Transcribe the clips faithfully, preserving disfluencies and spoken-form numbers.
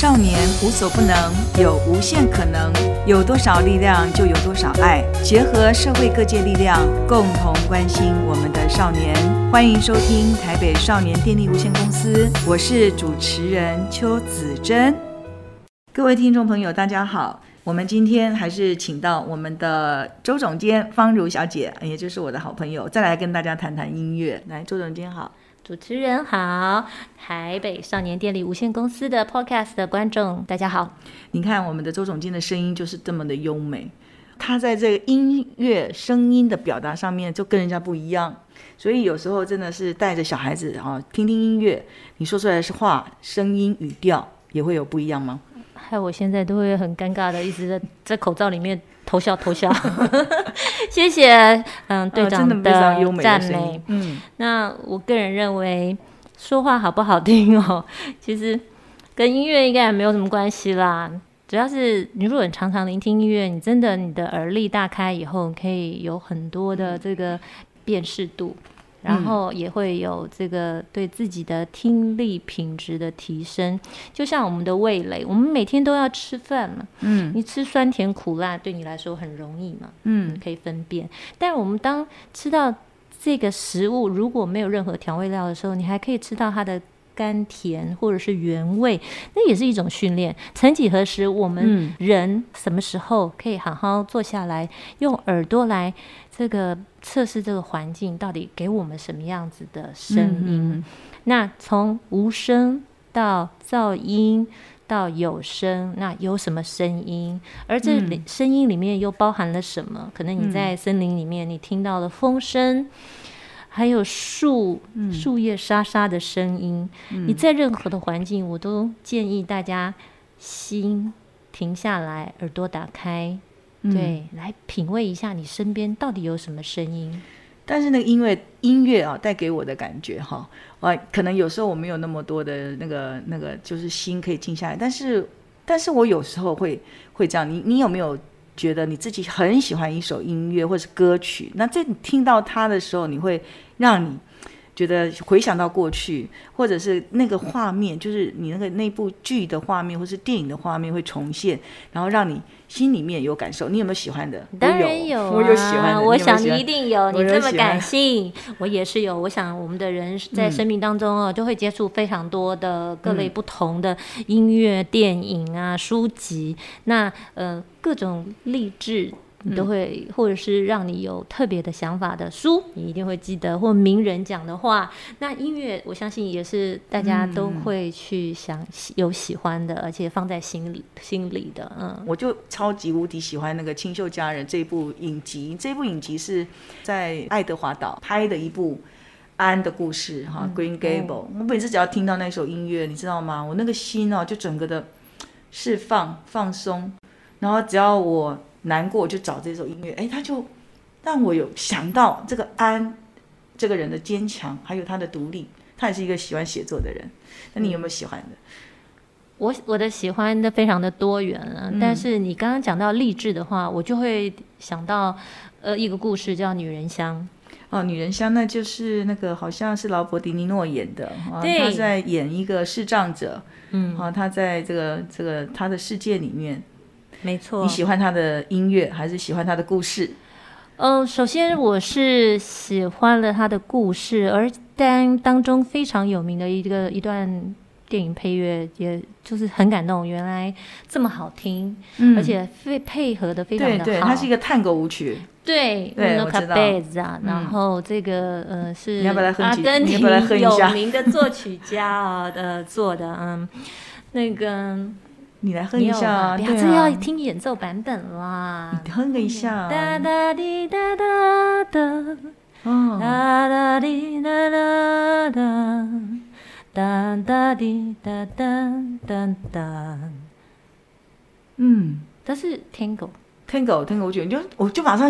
少年无所不能，有无限可能，有多少力量就有多少爱，结合社会各界力量，共同关心我们的少年。欢迎收听台北少年电力无限公司，我是主持人邱子珍。各位听众朋友大家好，我们今天还是请到我们的周总监方如小姐，也就是我的好朋友，再来跟大家谈谈音乐。来，周总监好。 主持人好，台北少年电力无限公司的 Podcast 的观众大家好。 你看我们的周总监的声音就是这么的优美，他在这个音乐声音的表达上面就跟人家不一样，所以有时候真的是带着小孩子、啊、听听音乐，你说出来的话声音语调也会有不一样吗？ 害我现在都会很尴尬的一直 在, 在口罩里面偷笑偷笑谢谢嗯队长的赞美、呃嗯、那我个人认为说话好不好听哦，其实跟音乐应该也没有什么关系啦，主要是你如果常常聆听音乐，你真的你的耳力大开以后可以有很多的这个辨识度，然后也会有这个对自己的听力品质的提升。就像我们的味蕾，我们每天都要吃饭嘛，嗯，你吃酸甜苦辣对你来说很容易嘛，嗯，你可以分辨。但我们当吃到这个食物如果没有任何调味料的时候，你还可以吃到它的甘甜或者是原味，那也是一种训练。曾几何时我们人什么时候可以好好坐下来用耳朵来这个测试这个环境到底给我们什么样子的声音、嗯、那从无声到噪音到有声，那有什么声音，而这声音里面又包含了什么、嗯、可能你在森林里面你听到了风声，还有树树叶沙沙的声音、嗯、你在任何的环境我都建议大家心停下来，耳朵打开，对、嗯，来品味一下你身边到底有什么声音。 但是那个音乐音乐啊，带给我的感觉哈、啊，可能有时候我没有那么多的那个那个，就是心可以静下来。但是，但是我有时候会会这样。你你有没有觉得你自己很喜欢一首音乐或是歌曲？那在你听到它的时候，你会让你觉得回想到过去，或者是那个画面，就是你那个那部剧的画面或是电影的画面会重现，然后让你心里面有感受。你有没有喜欢的？ 当然有、啊、 我有喜欢的， 我想你一定有， 你这么感性，我也是有。我想我们的人在生命当中哦，就、嗯、会接触非常多的各类不同的音乐、嗯、电影啊、书籍，那呃各种励志。你都会，或者是让你有特别的想法的书，你一定会记得，或名人讲的话。那音乐，我相信也是大家都会去想有喜欢的，而且放在心里心里的。嗯， 我就超级无敌喜欢那个《清秀佳人》这部影集。这部影集是在爱德华岛拍的一部安的故事哈、嗯、，Green Gable、嗯。我每次只要听到那首音乐，你知道吗？我那个心哦，就整个的释放放松，然后只要我难过我就找这首音乐，哎，他就让我有想到这个安这个人的坚强，还有他的独立。他也是一个喜欢写作的人。那你有没有喜欢的？ 我我的喜欢的非常的多元啊、嗯，但是你刚刚讲到励志的话，我就会想到呃一个故事叫《女人香》。 哦，女人香，那就是那个好像是劳勃迪尼诺演的，啊、他在演一个视障者，嗯，啊，他在这个这个他的世界里面。 没错， 你喜欢他的音乐还是喜欢他的故事？ 呃，首先我是喜欢了他的故事，而当当中非常有名的一个一段电影配乐，也就是很感动，原来这么好听，嗯、而且配合的非常的好。 对对，它是一个探戈舞曲。 对， 对，我知道。 啊、然后这个呃是阿根廷有名的作曲家啊的做的，嗯，那个。 你来哼一下啊！ 不要这要听演奏版本啦， 你哼一下、啊。 哒哒滴哒哒哒，哦，哒哒滴哒哒哒，哒哒滴哒哒哒哒。嗯，这是 Tango。 Tango Tango 舞曲，你就我就马上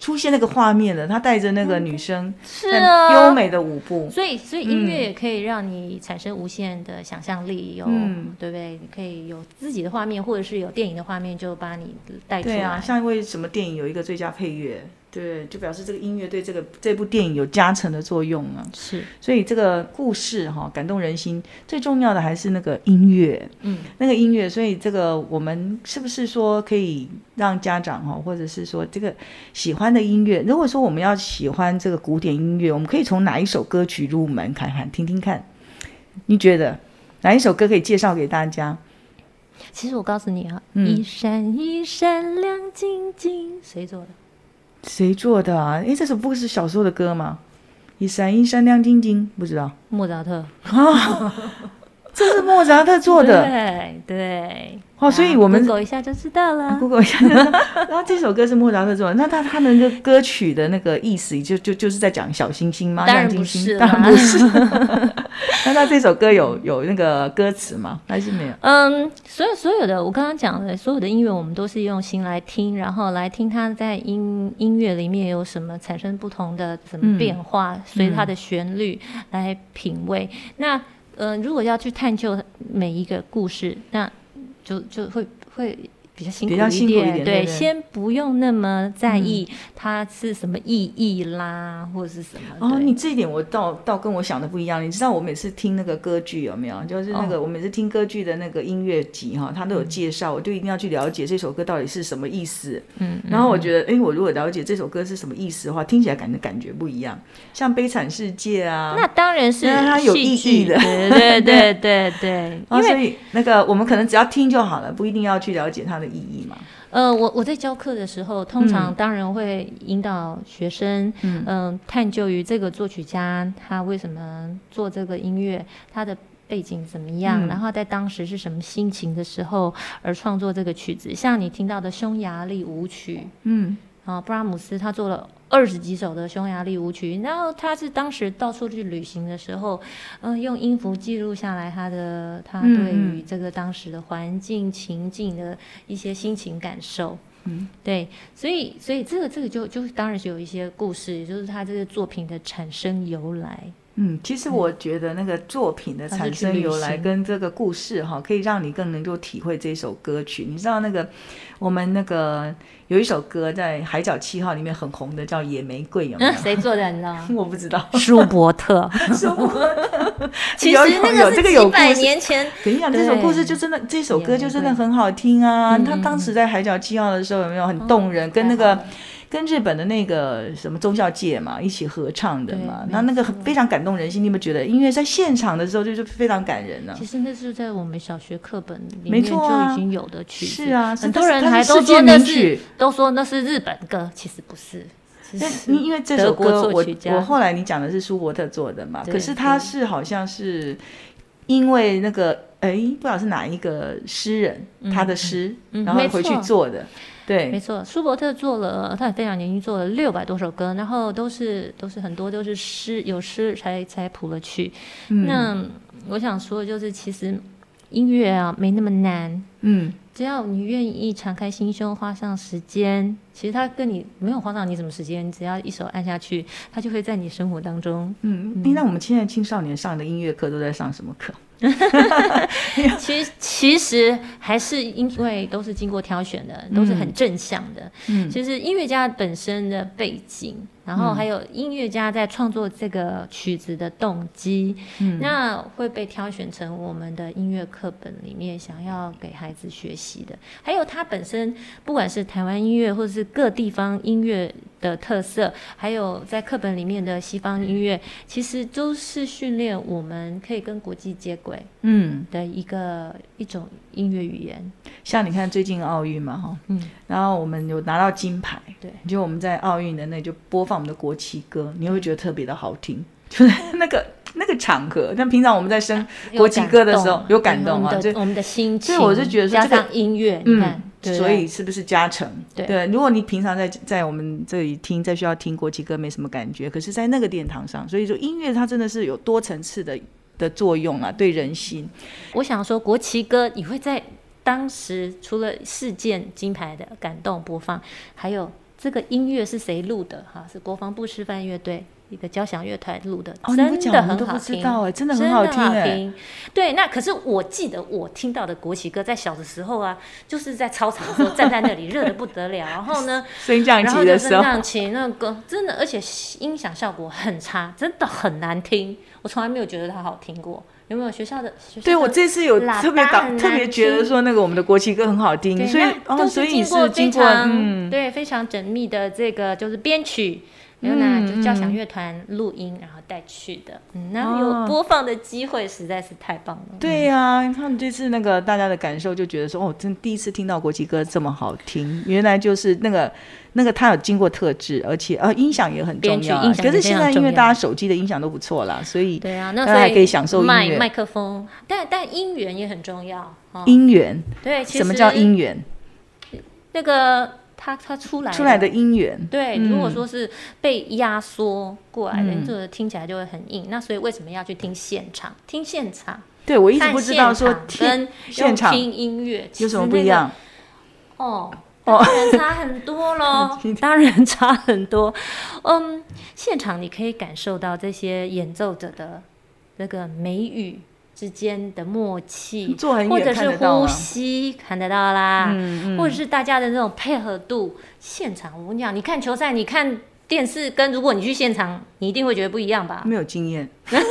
出现那个画面了，他带着那个女生是啊， 优美的舞步， 所以所以音乐也可以让你产生无限的想象力，有、嗯、对不对？你可以有自己的画面，或者是有电影的画面，就把你带出来。 对啊，像因为什么电影有一个最佳配乐，对，就表示这个音乐对这个这部电影有加成的作用啊。 是， 所以这个故事哈、哦、感动人心，最重要的还是那个音乐，嗯，那个音乐。所以这个我们是不是说可以让家长哈、哦，或者是说这个喜欢的音乐，如果说我们要喜欢这个古典音乐，我们可以从哪一首歌曲入门看看听听看？你觉得哪一首歌可以介绍给大家？ 其实我告诉你啊，嗯、一闪一闪亮晶晶，谁做的？ 谁做的啊？哎，这首不是小时候的歌吗？一闪一闪亮晶晶，不知道。 莫扎特啊，这是莫扎特做的。 对对。 哦，所以我们 Google 一下就知道了。 Google 一下，然后这首歌是莫扎特做的，那他他的那个歌曲的那个意思就就就是在讲小星星吗？ 当然不是， 当然不是。那他这首歌有有那个歌词吗？还是没有？ 嗯，所有所有的我刚刚讲的所有的音乐，我们都是用心来听，然后来听它在音音乐里面有什么产生不同的什么变化，嗯、随它的旋律来品味。嗯、那呃，如果要去探究每一个故事，那就就会会比较辛苦一点， 比较辛苦一点，对， 对，先不用那么在意它是什么意义啦，嗯、或者是什么。 哦，你这一点我倒倒跟我想的不一样。你知道我每次听那个歌剧有没有？就是那个、哦、我每次听歌剧的那个音乐集哈，它都有介绍，嗯、我就一定要去了解这首歌到底是什么意思。嗯，然后我觉得，哎，我如果了解这首歌是什么意思的话，听起来感觉感觉不一样。像《悲惨世界》啊， 那当然是它有意义的， 对对对对对。 因为所以那个我们可能只要听就好了，不一定要去了解它的意义嘛。 呃，我我在教课的时候，通常当然会引导学生，嗯、呃，探究于这个作曲家他为什么做这个音乐，他的背景怎么样，嗯、然后在当时是什么心情的时候而创作这个曲子。像你听到的匈牙利舞曲，嗯，啊，布拉姆斯他做了二十几首的匈牙利舞曲，然后他是当时到处去旅行的时候，呃，用音符记录下来他的他对于这个当时的环境情境的一些心情感受。嗯，对，所以所以这个这个就就当然是有一些故事，也就是他这个作品的产生由来。 嗯，其实我觉得那个作品的产生由来跟这个故事哈，可以让你更能够体会这首歌曲。你知道那个我们那个有一首歌在《海角七号》里面很红的，叫《野玫瑰》，有没有？ 谁做的？你知道吗？ 我不知道。 舒伯特。舒伯特。其实那个是几百年前。 跟你讲，这首故事就真的，这首歌就真的很好听啊！他当时在《海角七号》的时候有没有很动人？跟那个。跟日本的那个什么宗教界嘛一起合唱的嘛，那那个非常感动人心。你有没有觉得音乐在现场的时候就是非常感人呢、啊？ 其实那是在我们小学课本里面就已经有的曲子， 是啊， 很多人还都说那是都说那是日本歌，其实不是。 因因为这首歌我我后来你讲的是舒伯特做的嘛，可是他是好像是因为那个哎不知道是哪一个诗人、嗯、他的诗、嗯、然后回去做的。对， 没错，舒伯特做了，他也非常年轻，做了六百多首歌，然后都是都是很多都是诗，有诗才才谱了曲。嗯、那我想说的就是，其实音乐啊没那么难，嗯，只要你愿意敞开心胸，花上时间，其实他跟你没有花上你什么时间，你只要一手按下去，他就会在你生活当中。 嗯，嗯那我们现在青少年上的音乐课都在上什么课？ 其实其实还是因为都是经过挑选的，都是很正向的。嗯，其实音乐家本身的背景，然后还有音乐家在创作这个曲子的动机，嗯，那会被挑选成我们的音乐课本里面想要给孩子学习的。还有他本身，不管是台湾音乐或者是各地方音乐的特色，还有在课本里面的西方音乐，其实都是训练我们可以跟国际接轨。嗯，的一个一种音乐语言， 像你看最近奥运嘛，哈，嗯，然后我们有拿到金牌，对，就我们在奥运的那就播放我们的国旗歌，你会觉得特别的好听，就是那个那个场合，像平常我们在升国旗歌的时候有感动啊， 就我们的心情， 所以我就觉得说加上音乐，你看。 嗯，所以是不是加成？ 对, 对，如果你平常在在我们这里听，在学校听国旗歌没什么感觉，可是在那个殿堂上，所以说音乐它真的是有多层次的的作用啊，对人心。 我想说国旗歌你会在当时除了事件金牌的感动播放，还有这个音乐是谁录的哈？是国防部示范乐队一个交响乐团录的， 哦、 真的很好听， 欸、 真的很好听哎、欸。 对，那可是我记得我听到的国旗歌，在小的时候啊，就是在操场的时候站在那里热得不得了，然后呢， 升降旗的时候， 然后就升降旗那个真的，而且音响效果很差，真的很难听，我从来没有觉得它好听过。有没有学校的？学校的对，我这次有特别特别觉得说那个我们的国旗歌很好听，所以哦， 所以你是经过嗯， 对非常缜密的这个就是编曲，然后呢就交响乐团录音然后带去的，嗯，然后有播放的机会实在是太棒了。 对呀、啊，他们这次那个大家的感受就觉得说，哦，真第一次听到国旗歌这么好听，原来就是那个。那个它有经过特制，而且呃音响也很重要、啊。可是现在因为大家手机的音响都不错啦，所以对啊，那大家还可以享受音乐。 麦克风，但但音源也很重要。哦、 音源， 对，其实什么叫音源？ 那个它它出来出来的音源， 对、嗯，如果说是被压缩过来的， 嗯、 这个听起来就会很硬。那所以为什么要去听现场？听现场， 对我一直不知道说跟现场听音乐有什么不一样。 那個、哦。当然差很多咯当然差很多。嗯，现场你可以感受到这些演奏者的那个眉宇之间的默契，或者是呼吸看得到啦、嗯嗯，或者是大家的那种配合度。现场我跟你讲，你看球赛，你看电视，跟如果你去现场，你一定会觉得不一样吧？ 没有经验，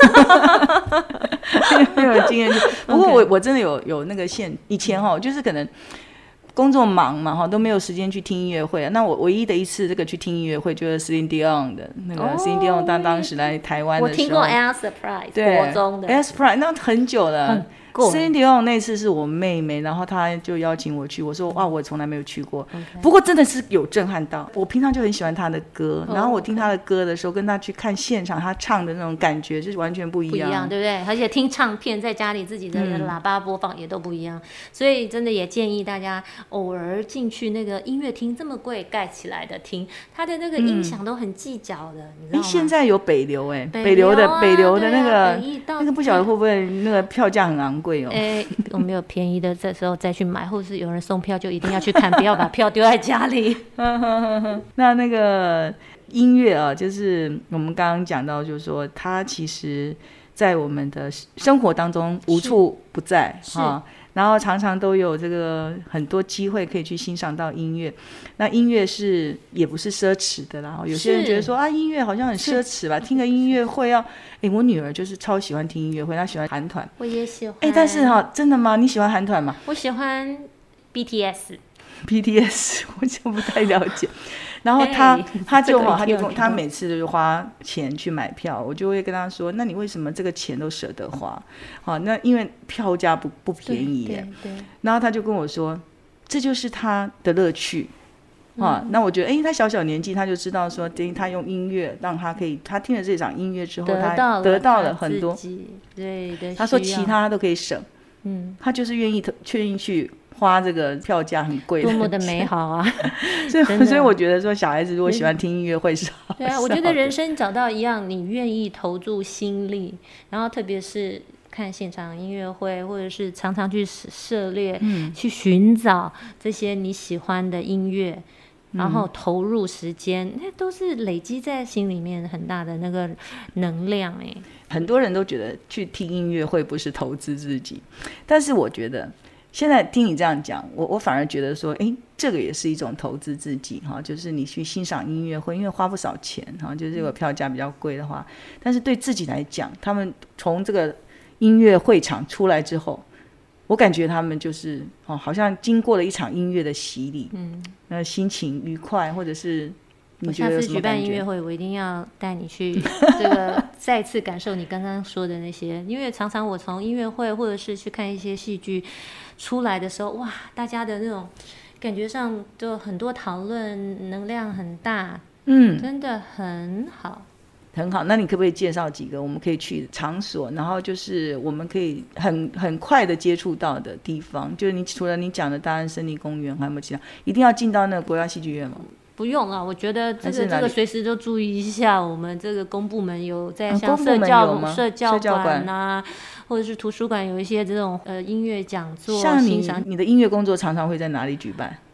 没有经验。不过我我真的有有那个现以前哈，就是可能。工作忙嘛哈，都没有时间去听音乐会、啊。那我唯一的一次这个去听音乐会，就是 Celine Dion 的那个 Celine Dion， 当当时来台湾的时候， 我听过 Air Surprise， 对，国中的 Air Surprise， 那很久了。Celine Dion 那次是我妹妹，然后她就邀请我去，我说哇，我从来没有去过， okay. 不过真的是有震撼到。我平常就很喜欢她的歌，然后我听她的歌的时候，跟她去看现场，她唱的那种感觉就是完全不一样， 不一样，对不对？而且听唱片在家里自己的喇叭播放也都不一样，嗯、所以真的也建议大家偶尔进去那个音乐厅，这么贵盖起来的厅，它的那个音响都很计较的，嗯、你知道吗？ 现在有北流哎、欸，北流的北流的那个、 啊、 那个不晓得会不会那个票价很昂。贵哦， 哎，有没有便宜的？这时候再去买，或是有人送票，就一定要去看，不要把票丢在家里。 那那个音乐啊，就是我们刚刚讲到，就是说它其实在我们的生活当中无处不在啊。然后常常都有这个很多机会可以去欣赏到音乐，那音乐是也不是奢侈的啦。有些人觉得说啊，音乐好像很奢侈吧，听个音乐会要，哎，我女儿就是超喜欢听音乐会，她喜欢韩团， 我也喜欢。 哎，但是哈、哦，真的吗？你喜欢韩团吗？ 我喜欢 B T S。B T S 我就不太了解，然后他、欸、他就他就他每次就是花钱去买票，我就会跟他说，那你为什么这个钱都舍得花？好，那因为票价不不便宜耶。对对对。然后他就跟我说，这就是他的乐趣。啊、嗯，那我觉得，哎，他小小年纪他就知道说，等于他用音乐让他可以，他听了这场音乐之后，他得到了很多。 对对。 他说其他都可以省，嗯，他就是愿意愿意去。花这个票价很贵的， 多么的美好啊！ 所以，所以我觉得说，小孩子如果喜欢听音乐会是好。 对啊，我觉得人生找到一样你愿意投注心力，然后特别是看现场音乐会，或者是常常去涉猎、嗯、去寻找这些你喜欢的音乐，然后投入时间，那、嗯、都是累积在心里面很大的那个能量哎。 很多人都觉得去听音乐会不是投资自己，但是我觉得。现在听你这样讲，我我反而觉得说，哎，这个也是一种投资自己哈，就是你去欣赏音乐会，因为花不少钱哈，就是这个票价比较贵的话，但是对自己来讲，他们从这个音乐会场出来之后，我感觉他们就是哦，好像经过了一场音乐的洗礼，嗯，那心情愉快，或者是你觉得有什么感觉？ 我下次举办音乐会，我一定要带你去这个再次感受你刚刚说的那些，因为常常我从音乐会或者是去看一些戏剧。出来的时候，哇，大家的那种感觉上就很多讨论，能量很大，嗯，真的很好， 很好。那你可不可以介绍几个我们可以去的场所，然后就是我们可以很很快的接触到的地方？就是你除了你讲的大安森林公园，还有没有其他？一定要进到那个国家戏剧院吗？ 不用了，我觉得这个这个随时都注意一下，我们这个公部门有在像社教、啊、社教馆啊，或者是图书馆有一些这种呃音乐讲座。 像你你的音乐工作常常会在哪里举办？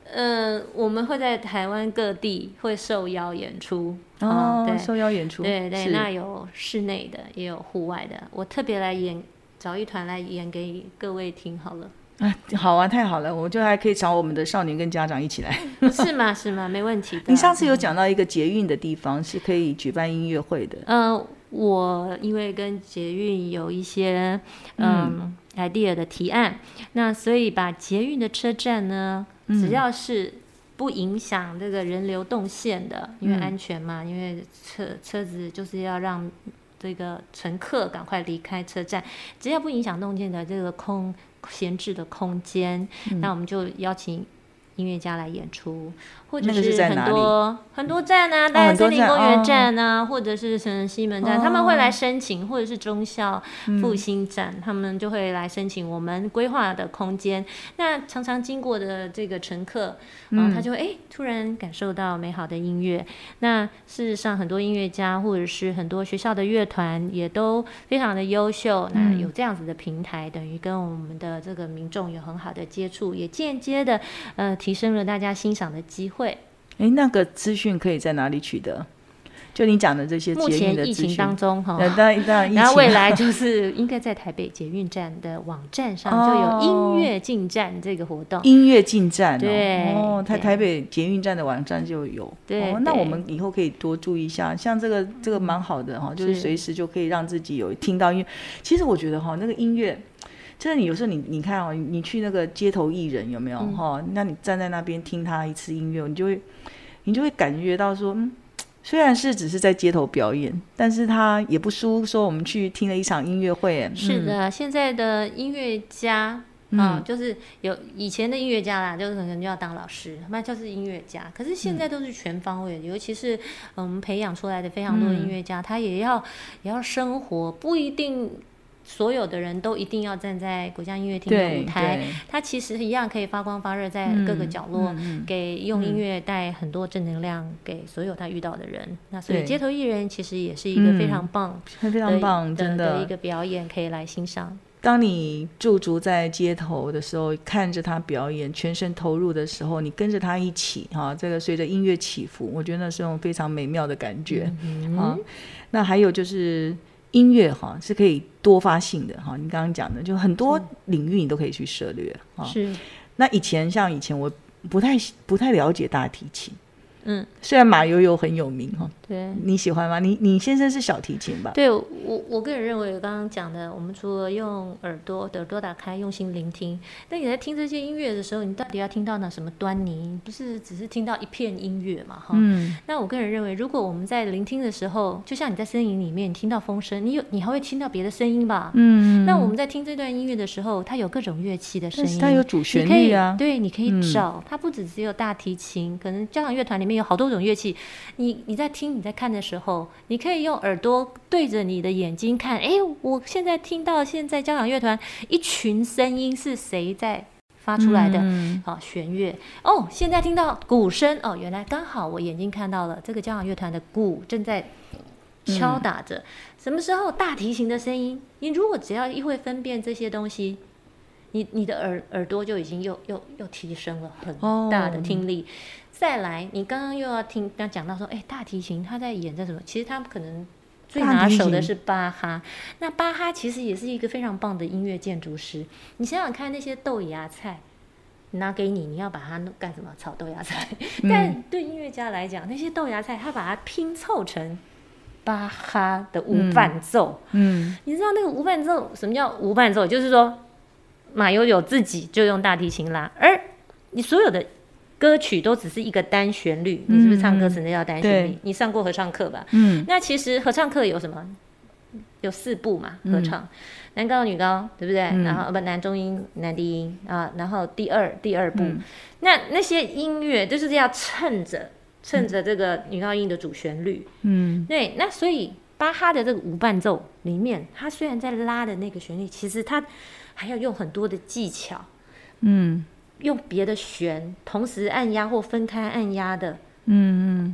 呃，我们会在台湾各地会受邀演出哦，对，受邀演出， 对对，那有室内的，也有户外的。我特别来演，找一团来演给各位听好了。 啊，好啊，太好了，我就还可以找我们的少年跟家长一起来。 是吗？是吗？没问题的。 你上次有讲到一个捷运的地方是可以举办音乐会的。 嗯、呃，我因为跟捷运有一些嗯 idea 的提案，那所以把捷运的车站呢。只要是不影响这个人流动线的，因为安全嘛，嗯、因为车车子就是要让这个乘客赶快离开车站，只要不影响动线的这个空闲置的空间，嗯、那我们就邀请音乐家来演出，或者是很多很多站啊，大安森林公园站啊，哦、或者是什么西门站，哦、他们会来申请，或者是忠孝复兴站，嗯、他们就会来申请我们规划的空间。那常常经过的这个乘客，然后他就会哎、嗯欸、突然感受到美好的音乐。那事实上，很多音乐家或者是很多学校的乐团也都非常的优秀。那有这样子的平台，等于跟我们的这个民众有很好的接触，也间接的呃。提升了大家欣赏的机会。 哎，那个资讯可以在哪里取得？就你讲的这些捷运的资讯。目前疫情当中哈， 然然后未来就是应该在台北捷运站的网站上就有音乐进站这个活动。 哦、音乐进站、哦， 对， 哦，台台北捷运站的网站就有。 对， 哦，那我们以后可以多注意一下，像这个这个蛮好的哈，就是随时就可以让自己有听到音乐。其实我觉得哈，那个音乐。就是你有时候你你看哦，你去那个街头艺人有没有哈、嗯？那你站在那边听他一次音乐，你就会你就会感觉到说，嗯，虽然是只是在街头表演，但是他也不输说我们去听了一场音乐会。嗯、 是的，现在的音乐家。嗯，就是有以前的音乐家啦，就是可能就要当老师，那就是音乐家。可是现在都是全方位的，嗯、尤其是我们培养出来的非常多的音乐家，嗯、他也要也要生活，不一定。所有的人都一定要站在国家音乐厅的舞台，他其实一样可以发光发热，在各个角落，嗯、给用音乐带很多正能量给所有他遇到的人。嗯、那所以街头艺人其实也是一个非常棒、 嗯、非常棒真的的一个表演，可以来欣赏。 当你驻足在街头的时候，看着他表演，全身投入的时候，你跟着他一起哈，这个随着音乐起伏，我觉得那是种非常美妙的感觉。嗯、啊，那还有就是。音乐哈是可以多发性的哈，你刚刚讲的就很多领域你都可以去涉猎哈。是，那以前像以前我不太不太了解大提琴，嗯，虽然马友友很有名哈，对，你喜欢吗？你你先生是小提琴吧？ 对，我我个人认为，我刚刚讲的，我们除了用耳朵耳朵打开，用心聆听，那你在听这些音乐的时候，你到底要听到那什么端倪？不是只是听到一片音乐嘛？哈，嗯，那我个人认为，如果我们在聆听的时候，就像你在森林里面，你听到风声，你有你还会听到别的声音吧？嗯，那我们在听这段音乐的时候，它有各种乐器的声音， 它有主旋律啊， 对，你可以找，嗯、它不只只有大提琴，可能交响乐团里面有好多种乐器，你你在听你在看的时候，你可以用耳朵对着你的眼睛看，哎，我现在听到现在交响乐团一群声音是谁在发出来的？嗯、好，弦乐哦，现在听到鼓声哦，原来刚好我眼睛看到了这个交响乐团的鼓正在敲打着。嗯、什么时候大提琴的声音？你如果只要一会分辨这些东西，你你的耳耳朵就已经又又又提升了很大的听力。哦，再来，你刚刚又要听，刚讲到说，哎，大提琴他在演这什么？其实他可能最拿手的是巴哈。那巴哈其实也是一个非常棒的音乐建筑师。你想想看，那些豆芽菜拿给你，你要把它干什么？炒豆芽菜。嗯、但对音乐家来讲，那些豆芽菜他把它拼凑成巴哈的无伴奏。嗯，你知道那个无伴奏什么叫无伴奏？就是说马友友自己就用大提琴拉，而你所有的歌曲都只是一个单旋律，你是不是唱歌词那叫单旋律？嗯、你上过合唱课吧？嗯，那其实合唱课有什么？有四部嘛，合唱，嗯、男高女高，对不对？嗯、然后不男中音、男低音啊，然后第二第二部，嗯、那那些音乐就是要衬着衬着这个女高音的主旋律。嗯，对，那所以巴哈的这个无伴奏里面，他虽然在拉的那个旋律，其实他还要用很多的技巧。嗯。用别的弦同时按压或分开按压的，嗯嗯，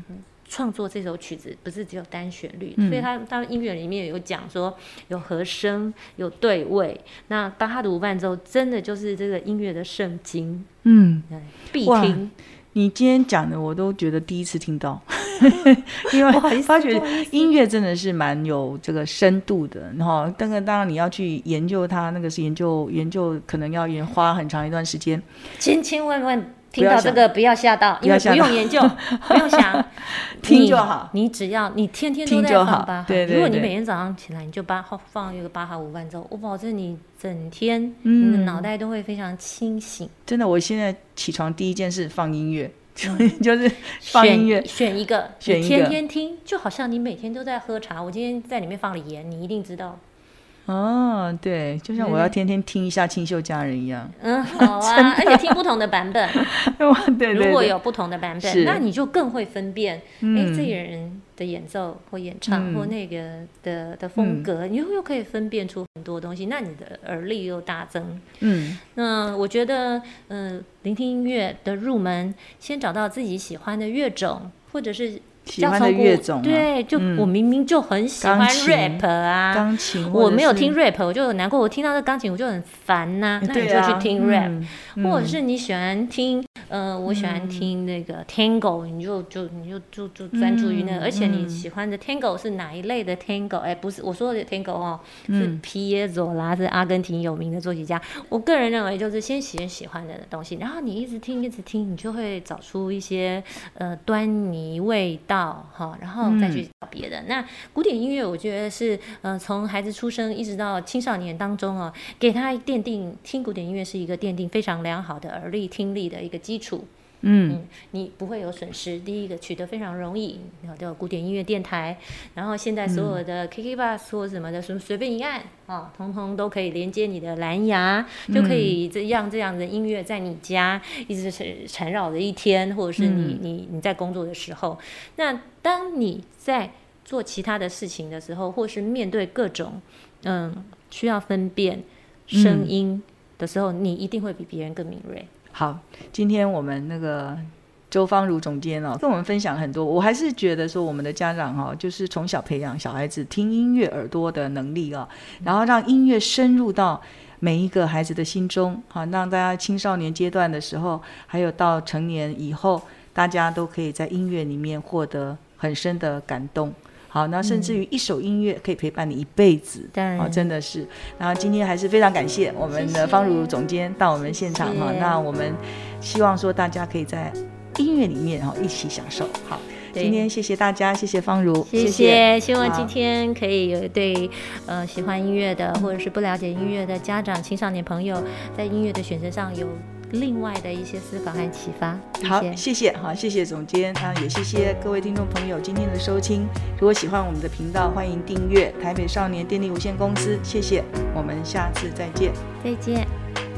创作这首曲子不是只有单旋律，嗯、所以他他音乐里面有讲说有和声有对位，那巴哈的无伴奏真的就是这个音乐的圣经，嗯，必听。 你今天讲的我都觉得第一次听到因为发觉音乐真的是蛮有这个深度的，然后当然当然你要去研究它，那个是研究研究可能要花很长一段时间。 千千万万听到这个不要吓到，因为不用研究不用想听就好， 你只要你天天都在放巴哈， 对对对， 如果你每天早上起来你就巴放一个巴哈无伴奏，我保证你整天你的脑袋都会非常清醒、嗯、 真的。我现在起床第一件事放音乐、嗯、就是放音乐， 选, 选一个选一个你天天听，就好像你每天都在喝茶，我今天在里面放了盐，你一定知道哦，对，就像我要天天听一下清秀佳人一样。 嗯，好啊，而且听不同的版本对对对， 如果有不同的版本，那你就更会分辨，哎、嗯，这个人的演奏或演唱、嗯、或那个的的风格、嗯，你又可以分辨出很多东西，那你的耳力又大增。嗯，那我觉得，嗯、呃，聆听音乐的入门，先找到自己喜欢的乐种，或者是喜欢的乐种、啊、 对，就、嗯、我明明就很喜欢 rap 啊， 钢琴， 我没有听 rap 我就很难过，我听到这钢琴我就很烦呐、啊，那你就去听 rap、嗯、或者是你喜欢听呃，我喜欢听那个 tango、嗯、你就就你就就就专注于那个、嗯、而且你喜欢的 tango 是哪一类的 tango？ 哎，不是我说的 tango 哦，是皮耶佐拉，是阿根廷有名的作曲家。我个人认为就是先喜喜欢的东西，然后你一直听一直听，你就会找出一些呃端倪味道哈，然后再去找别的、嗯。那古典音乐我觉得是呃从孩子出生一直到青少年当中哦，给他奠定听古典音乐是一个奠定非常良好的耳力听力的一个基础。嗯, 嗯，你不会有损失。第一个取得非常容易，然后都有古典音乐电台，然后现在所有的 K K Bus 或什么的，什么随便一按啊，通通都可以连接你的蓝牙，就可以这样这样的音乐在你家一直缠绕着一天，或者是你、嗯、你你在工作的时候，那当你在做其他的事情的时候，或是面对各种嗯需要分辨声音的时候、嗯，你一定会比别人更敏锐。 好，今天我们那个周芳如总监哦，跟我们分享很多。我还是觉得说，我们的家长哈、哦，就是从小培养小孩子听音乐耳朵的能力啊、哦，然后让音乐深入到每一个孩子的心中，好，让大家青少年阶段的时候，还有到成年以后，大家都可以在音乐里面获得很深的感动。好，那甚至于一首音乐可以陪伴你一辈子，嗯哦、真的是。然后今天还是非常感谢我们的芳如总监到我们现场哈。那我们希望说大家可以在音乐里面哈一起享受。好，今天谢谢大家，谢谢芳如， 谢谢。谢谢希望今天可以有对呃喜欢音乐的或者是不了解音乐的家长、青少年朋友，在音乐的选择上有另外的一些思考和启发。谢谢好，谢谢，好，谢谢总监啊，也谢谢各位听众朋友今天的收听。如果喜欢我们的频道，欢迎订阅台北少年电力无限公司。谢谢，我们下次再见。 再见。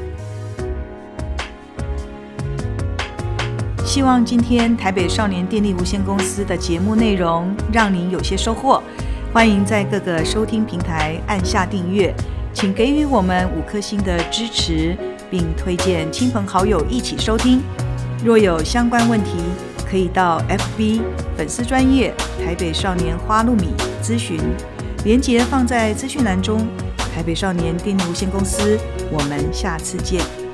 希望今天台北少年电力无限公司的节目内容让您有些收获。欢迎在各个收听平台按下订阅，请给予我们五颗星的支持，并推荐亲朋好友一起收听。若有相关问题，可以到 F B 粉丝专页台北少年花露米咨询，连结放在资讯栏中。台北少年电力无限公司，我们下次见。